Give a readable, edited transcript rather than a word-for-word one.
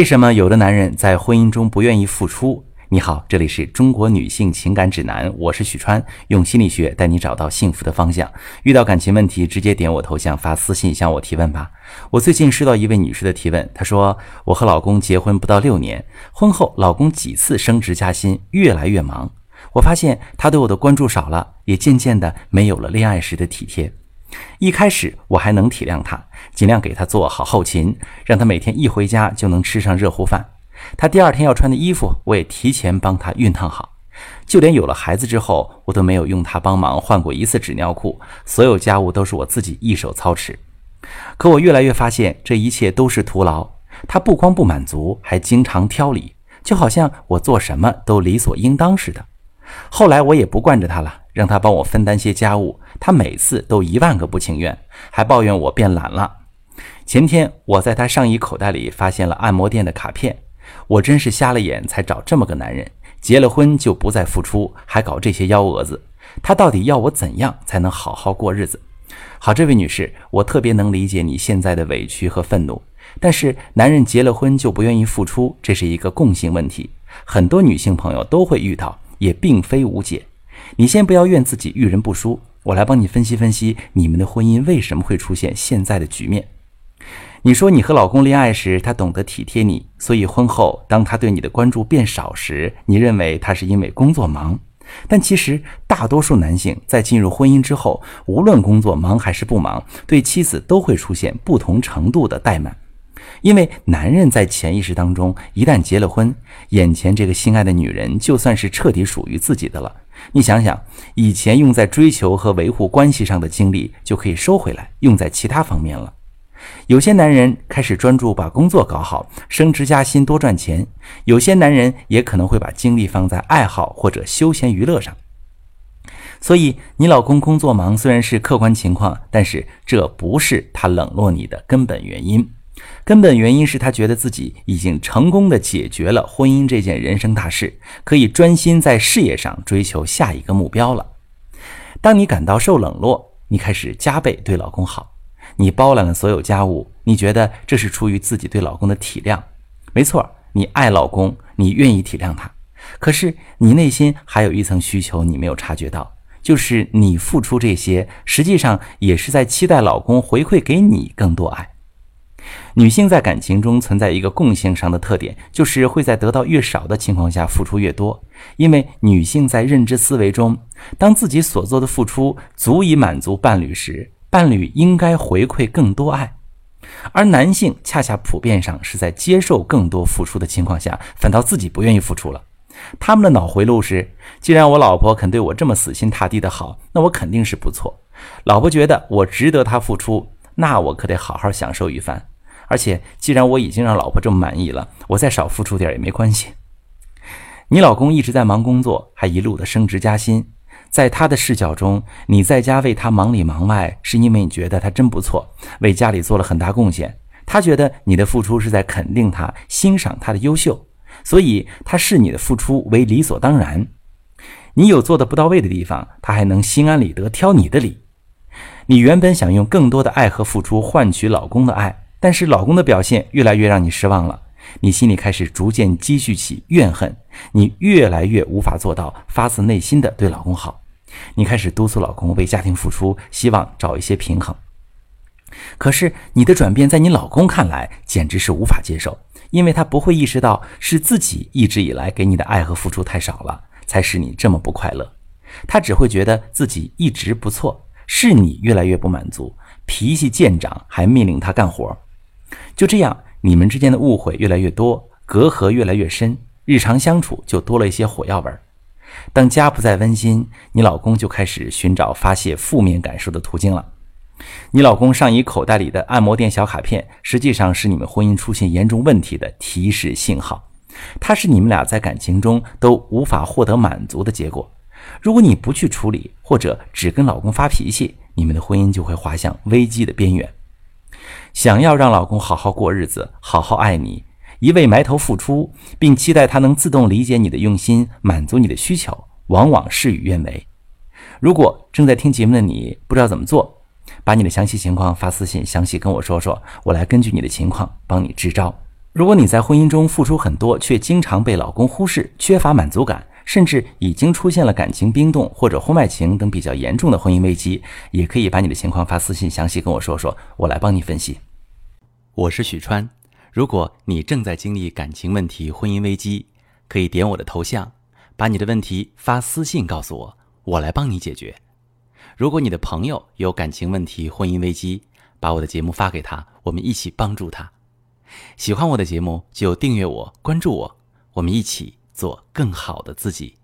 为什么有的男人在婚姻中不愿意付出？你好，这里是中国女性情感指南，我是许川，用心理学带你找到幸福的方向。遇到感情问题，直接点我头像发私信向我提问吧。我最近收到一位女士的提问，她说我和老公结婚不到6年，婚后老公几次升职加薪，越来越忙。我发现他对我的关注少了，也渐渐的没有了恋爱时的体贴。一开始我还能体谅他，尽量给他做好后勤，让他每天一回家就能吃上热乎饭。他第二天要穿的衣服，我也提前帮他熨烫好。就连有了孩子之后，我都没有用他帮忙换过一次纸尿裤，所有家务都是我自己一手操持。可我越来越发现，这一切都是徒劳。他不光不满足，还经常挑理，就好像我做什么都理所应当似的。后来我也不惯着他了，让他帮我分担些家务，他每次都10000个不情愿，还抱怨我变懒了。前天我在他上衣口袋里发现了按摩店的卡片，我真是瞎了眼才找这么个男人，结了婚就不再付出，还搞这些幺蛾子，他到底要我怎样才能好好过日子？好，这位女士，我特别能理解你现在的委屈和愤怒，但是男人结了婚就不愿意付出，这是一个共性问题，很多女性朋友都会遇到，也并非无解。你先不要怨自己遇人不淑，我来帮你分析分析你们的婚姻为什么会出现现在的局面。你说你和老公恋爱时他懂得体贴你，所以婚后当他对你的关注变少时，你认为他是因为工作忙。但其实大多数男性在进入婚姻之后，无论工作忙还是不忙，对妻子都会出现不同程度的怠慢。因为男人在潜意识当中，一旦结了婚，眼前这个心爱的女人就算是彻底属于自己的了。你想想，以前用在追求和维护关系上的精力就可以收回来，用在其他方面了。有些男人开始专注把工作搞好，升职加薪多赚钱，有些男人也可能会把精力放在爱好或者休闲娱乐上。所以你老公工作忙虽然是客观情况，但是这不是他冷落你的根本原因。根本原因是他觉得自己已经成功的解决了婚姻这件人生大事，可以专心在事业上追求下一个目标了。当你感到受冷落，你开始加倍对老公好，你包揽了所有家务，你觉得这是出于自己对老公的体谅。没错，你爱老公，你愿意体谅他，可是你内心还有一层需求你没有察觉到，就是你付出这些，实际上也是在期待老公回馈给你更多爱。女性在感情中存在一个共性上的特点，就是会在得到越少的情况下付出越多。因为女性在认知思维中，当自己所做的付出足以满足伴侣时，伴侣应该回馈更多爱。而男性恰恰普遍上是在接受更多付出的情况下，反倒自己不愿意付出了。他们的脑回路是，既然我老婆肯对我这么死心塌地的好，那我肯定是不错。老婆觉得我值得她付出，那我可得好好享受一番。而且既然我已经让老婆这么满意了，我再少付出点也没关系。你老公一直在忙工作，还一路的升职加薪，在他的视角中，你在家为他忙里忙外，是因为你觉得他真不错，为家里做了很大贡献。他觉得你的付出是在肯定他，欣赏他的优秀，所以他视你的付出为理所当然。你有做的不到位的地方，他还能心安理得挑你的理。你原本想用更多的爱和付出换取老公的爱，但是老公的表现越来越让你失望了，你心里开始逐渐积蓄起怨恨，你越来越无法做到发自内心的对老公好，你开始督促老公为家庭付出，希望找一些平衡。可是你的转变在你老公看来简直是无法接受，因为他不会意识到是自己一直以来给你的爱和付出太少了，才使你这么不快乐。他只会觉得自己一直不错，是你越来越不满足，脾气见长，还命令他干活。就这样，你们之间的误会越来越多，隔阂越来越深，日常相处就多了一些火药味。当家不再温馨，你老公就开始寻找发泄负面感受的途径了。你老公上衣口袋里的按摩店小卡片，实际上是你们婚姻出现严重问题的提示信号，它是你们俩在感情中都无法获得满足的结果。如果你不去处理，或者只跟老公发脾气，你们的婚姻就会滑向危机的边缘。想要让老公好好过日子，好好爱你，一味埋头付出，并期待他能自动理解你的用心，满足你的需求，往往事与愿违。如果正在听节目的你不知道怎么做，把你的详细情况发私信详细跟我说说，我来根据你的情况帮你支招。 如果你在婚姻中付出很多，却经常被老公忽视，缺乏满足感，甚至已经出现了感情冰冻或者婚外情等比较严重的婚姻危机，也可以把你的情况发私信详细跟我说说，我来帮你分析。我是许川，如果你正在经历感情问题、婚姻危机，可以点我的头像，把你的问题发私信告诉我，我来帮你解决。如果你的朋友有感情问题、婚姻危机，把我的节目发给他，我们一起帮助他。喜欢我的节目就订阅我、关注我，我们一起做更好的自己。